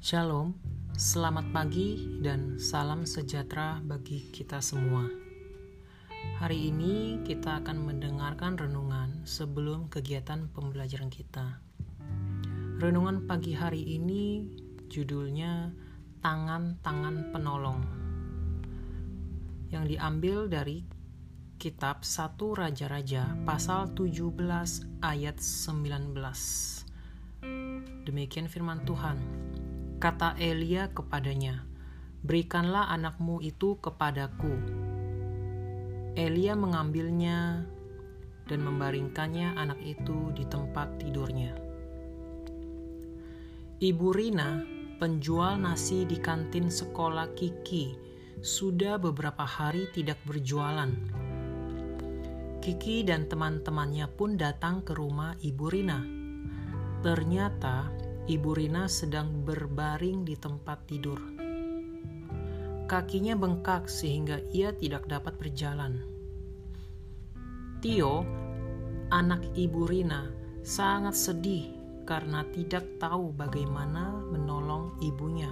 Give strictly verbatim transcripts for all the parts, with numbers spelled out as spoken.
Shalom, selamat pagi dan salam sejahtera bagi kita semua. Hari ini kita akan mendengarkan renungan sebelum kegiatan pembelajaran kita. Renungan pagi hari ini judulnya Tangan-Tangan Penolong, yang diambil dari kitab satu Raja-Raja pasal tujuh belas ayat sembilan belas. Demikian firman Tuhan. Kata Elia kepadanya, "Berikanlah anakmu itu kepadaku." Elia mengambilnya dan membaringkannya anak itu di tempat tidurnya. Ibu Rina, penjual nasi di kantin sekolah Kiki, sudah beberapa hari tidak berjualan. Kiki dan teman-temannya pun datang ke rumah Ibu Rina. Ternyata Ibu Rina sedang berbaring di tempat tidur. Kakinya bengkak sehingga ia tidak dapat berjalan. Tio, anak Ibu Rina, sangat sedih karena tidak tahu bagaimana menolong ibunya.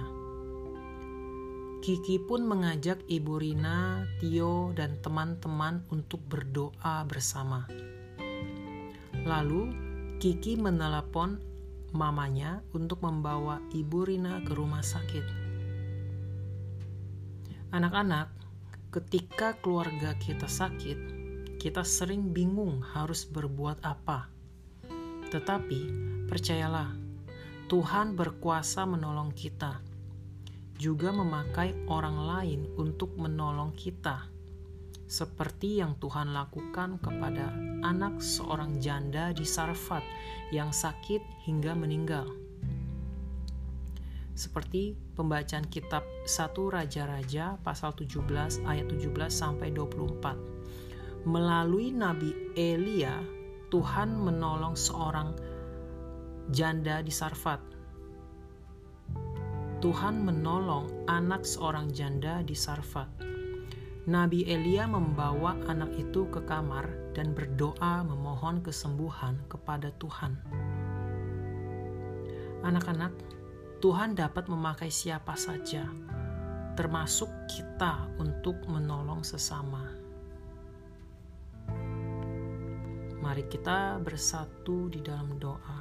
Kiki pun mengajak Ibu Rina, Tio, dan teman-teman untuk berdoa bersama. Lalu Kiki menelepon mamanya untuk membawa Ibu Rina ke rumah sakit. Anak-anak, ketika keluarga kita sakit, kita sering bingung harus berbuat apa. Tetapi percayalah, Tuhan berkuasa menolong kita, juga memakai orang lain untuk menolong kita, seperti yang Tuhan lakukan kepada anak seorang janda di Sarfat yang sakit hingga meninggal. Seperti pembacaan kitab satu Raja-Raja pasal tujuh belas ayat tujuh belas sampai dua puluh empat. Melalui Nabi Elia, Tuhan menolong seorang janda di Sarfat. Tuhan menolong anak seorang janda di Sarfat. Nabi Elia membawa anak itu ke kamar dan berdoa memohon kesembuhan kepada Tuhan. Anak-anak, Tuhan dapat memakai siapa saja, termasuk kita, untuk menolong sesama. Mari kita bersatu di dalam doa.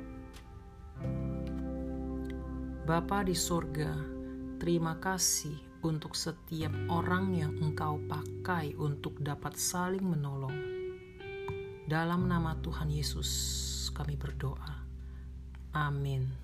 Bapa di sorga, terima kasih untuk setiap orang yang Engkau pakai untuk dapat saling menolong. Dalam nama Tuhan Yesus kami berdoa. Amin.